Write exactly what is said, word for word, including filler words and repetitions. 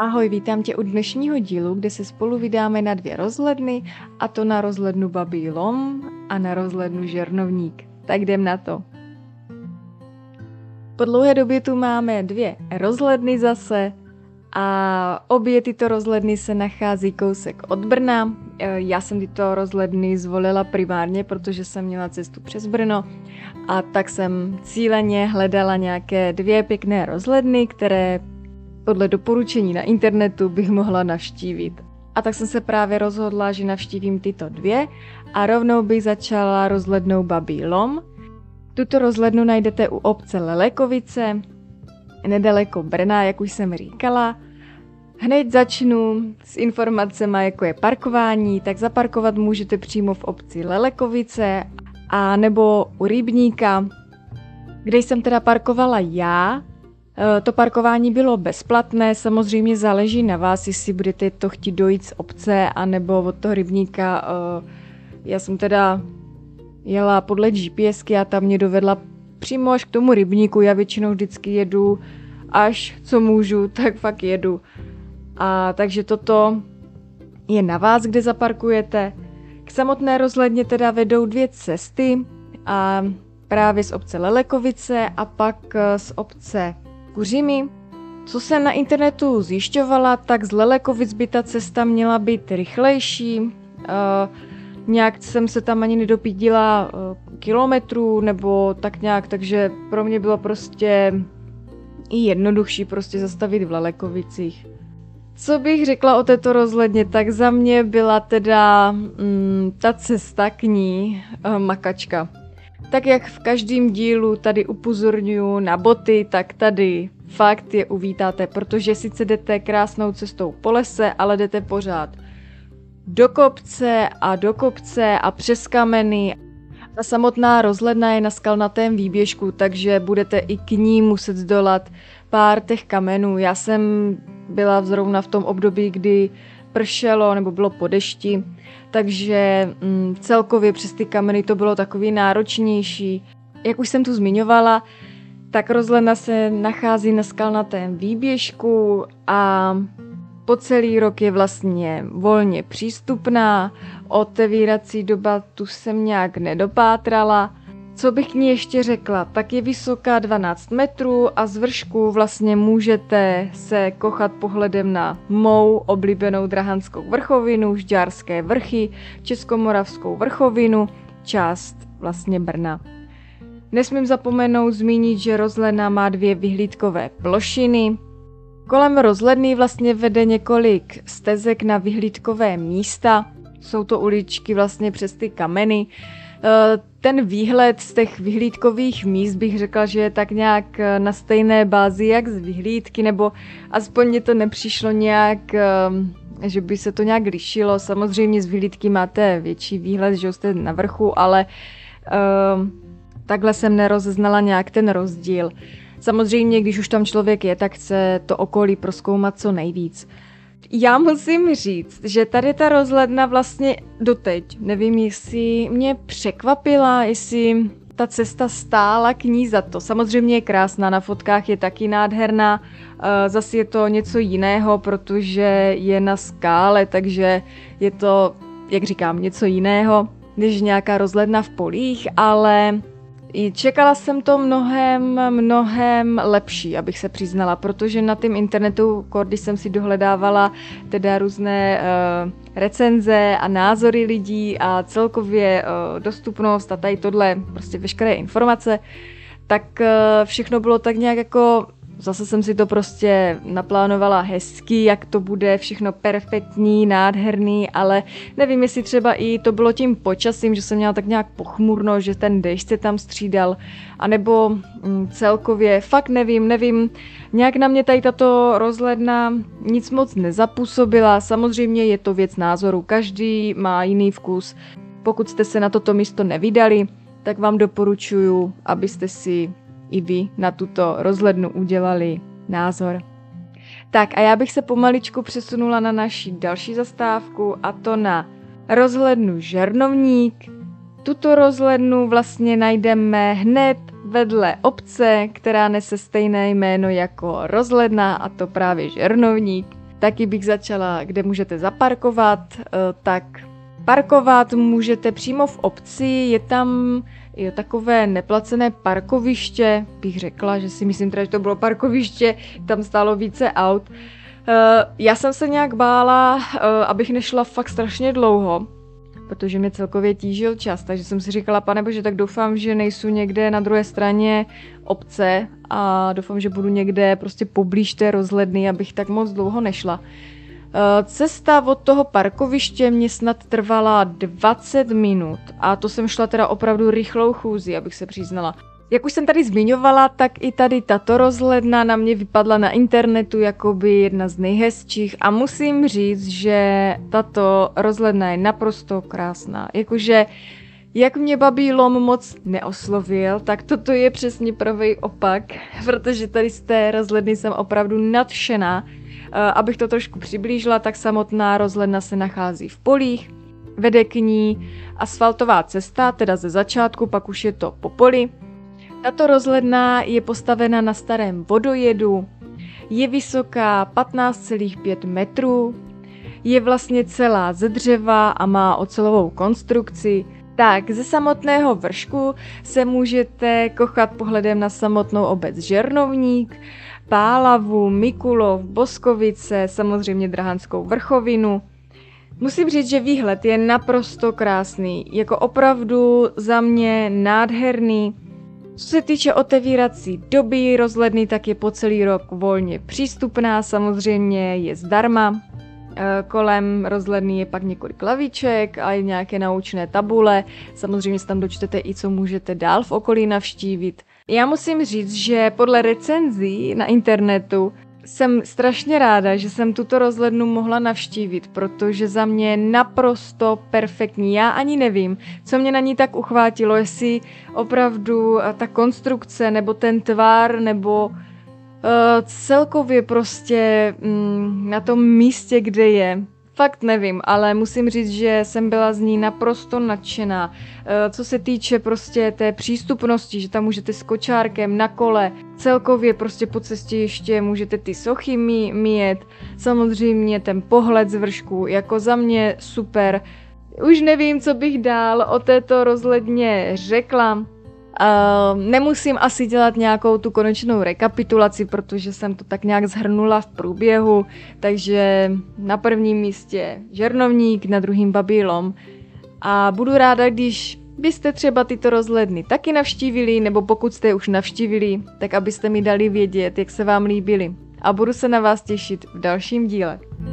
Ahoj, vítám tě u dnešního dílu, kde se spolu vydáme na dvě rozhledny, a to na rozhlednu Babí Lom a na rozhlednu Žernovník. Tak jdem na to. Po dlouhé době tu máme dvě rozhledny zase a obě tyto rozhledny se nachází kousek od Brna. Já jsem tyto rozhledny zvolila primárně, protože jsem měla cestu přes Brno a tak jsem cíleně hledala nějaké dvě pěkné rozhledny, které podle doporučení na internetu bych mohla navštívit. A tak jsem se právě rozhodla, že navštívím tyto dvě a rovnou bych začala rozhlednou Babí Lom. Tuto rozhlednu najdete u obce Lelekovice, nedaleko Brna, jak už jsem říkala. Hned začnu s informacemi, jako je parkování, tak zaparkovat můžete přímo v obci Lelekovice a nebo u Rybníka, kde jsem teda parkovala já. To parkování bylo bezplatné, samozřejmě záleží na vás, jestli budete to chtít dojít z obce anebo od toho Rybníka. Já jsem teda jela podle GPSky a tam mě dovedla přímo až k tomu Rybníku. Já většinou vždycky jedu, až co můžu, tak fakt jedu. A takže toto je na vás, kde zaparkujete. K samotné rozhledně teda vedou dvě cesty, a právě z obce Lelekovice a pak z obce Kuřimy. Co jsem na internetu zjišťovala, tak z Lelekovic by ta cesta měla být rychlejší. Uh, nějak jsem se tam ani nedopídila uh, kilometrů nebo tak nějak, takže pro mě bylo prostě i jednodušší prostě zastavit v Lelekovicích. Co bych řekla o této rozhledně, tak za mě byla teda mm, ta cesta k ní uh, makačka. Tak jak v každém dílu tady upozorňuji na boty, tak tady fakt je uvítáte, protože sice jdete krásnou cestou po lese, ale jdete pořád do kopce a do kopce a přes kameny. Ta samotná rozhledna je na skalnatém výběžku, takže budete i k ní muset zdolat pár těch kamenů. Já jsem byla zrovna v tom období, kdy pršelo nebo bylo po dešti, takže mm, celkově přes ty kameny to bylo takový náročnější. Jak už jsem tu zmiňovala, tak rozhledna se nachází na skalnatém výběžku a po celý rok je vlastně volně přístupná. Otevírací doba tu jsem nějak nedopátrala. Co bych k ní ještě řekla, tak je vysoká dvanáct metrů a z vršku vlastně můžete se kochat pohledem na mou oblíbenou Drahanskou vrchovinu, Žďárské vrchy, Českomoravskou vrchovinu, část vlastně Brna. Nesmím zapomenout zmínit, že rozhledna má dvě vyhlídkové plošiny. Kolem rozhledny vlastně vede několik stezek na vyhlídkové místa. Jsou to uličky vlastně přes ty kameny. Ten výhled z těch vyhlídkových míst bych řekla, že je tak nějak na stejné bázi jak z vyhlídky, nebo aspoň mně to nepřišlo nějak, že by se to nějak lišilo. Samozřejmě z vyhlídky máte větší výhled, že jste na vrchu, ale uh, takhle jsem nerozeznala nějak ten rozdíl. Samozřejmě, když už tam člověk je, tak chce to okolí prozkoumat co nejvíc. Já musím říct, že tady ta rozhledna vlastně doteď, nevím, jestli mě překvapila, jestli ta cesta stála k ní za to. Samozřejmě je krásná, na fotkách je taky nádherná, zase je to něco jiného, protože je na skále, takže je to, jak říkám, něco jiného než nějaká rozhledna v polích, ale čekala jsem to mnohem, mnohem lepší, abych se přiznala, protože na tom internetu, když jsem si dohledávala teda různé uh, recenze a názory lidí a celkově uh, dostupnost a tady tohle, prostě veškeré informace, tak uh, všechno bylo tak nějak jako, zase jsem si to prostě naplánovala hezky, jak to bude všechno perfektní, nádherný, ale nevím, jestli třeba i to bylo tím počasím, že jsem měla tak nějak pochmurno, že ten déšť se tam střídal, anebo mm, celkově, fakt nevím, nevím, nějak na mě tady tato rozhledna nic moc nezapůsobila. Samozřejmě je to věc názoru, každý má jiný vkus. Pokud jste se na toto místo nevydali, tak vám doporučuji, abyste si i vy na tuto rozhlednu udělali názor. Tak a já bych se pomaličku přesunula na naši další zastávku, a to na rozhlednu Žernovník. Tuto rozhlednu vlastně najdeme hned vedle obce, která nese stejné jméno jako rozhledna, a to právě Žernovník. taky bych začala, kde můžete zaparkovat, tak parkovat můžete přímo v obci, je tam je takové neplacené parkoviště, bych řekla, že si myslím teda, že to bylo parkoviště, tam stálo více aut. Já jsem se nějak bála, abych nešla fakt strašně dlouho, protože mě celkově tížil čas, takže jsem si říkala, pane bože, tak doufám, že nejsou někde na druhé straně obce a doufám, že budu někde prostě poblíž té rozhledny, abych tak moc dlouho nešla. Cesta od toho parkoviště mě snad trvala dvacet minut a to jsem šla teda opravdu rychlou chůzí, abych se přiznala. Jak už jsem tady zmiňovala, tak i tady tato rozhledna na mě vypadla na internetu jakoby jedna z nejhezčích a musím říct, že tato rozhledna je naprosto krásná. Jakože jak mě Babí Lom moc neoslovil, tak toto je přesně pravý opak, protože tady z té rozhledny jsem opravdu nadšená. Abych to trošku přiblížila, tak samotná rozhledna se nachází v polích, vede k ní asfaltová cesta, teda ze začátku, pak už je to po poli. Tato rozhledna je postavena na starém vodojedu, je vysoká patnáct celá pět metrů, je vlastně celá ze dřeva a má ocelovou konstrukci. Tak, ze samotného vršku se můžete kochat pohledem na samotnou obec Žernovník, Pálavu, Mikulov, Boskovice, samozřejmě Drahanskou vrchovinu. Musím říct, že výhled je naprosto krásný, jako opravdu za mě nádherný. Co se týče otevírací doby rozhledny, tak je po celý rok volně přístupná, samozřejmě je zdarma. Kolem rozhledny je pak několik laviček a i nějaké naučné tabule. Samozřejmě se tam dočtete i, co můžete dál v okolí navštívit. Já musím říct, že podle recenzí na internetu jsem strašně ráda, že jsem tuto rozhlednu mohla navštívit, protože za mě je naprosto perfektní. Já ani nevím, co mě na ní tak uchvátilo, jestli opravdu ta konstrukce, nebo ten tvar, nebo uh, celkově prostě um, na tom místě, kde je. Fakt nevím, ale musím říct, že jsem byla z ní naprosto nadšená. Co se týče prostě té přístupnosti, že tam můžete s kočárkem na kole, celkově prostě po cestě ještě můžete ty sochy mí, míjet, samozřejmě ten pohled z vršku, jako za mě super. Už nevím, co bych dál o této rozhledně řekla. Uh, nemusím asi dělat nějakou tu konečnou rekapitulaci, protože jsem to tak nějak zhrnula v průběhu, takže na prvním místě Žernovník, na druhým Babí Lom a budu ráda, když byste třeba tyto rozhledny taky navštívili, nebo pokud jste je už navštívili, tak abyste mi dali vědět, jak se vám líbily a budu se na vás těšit v dalším díle.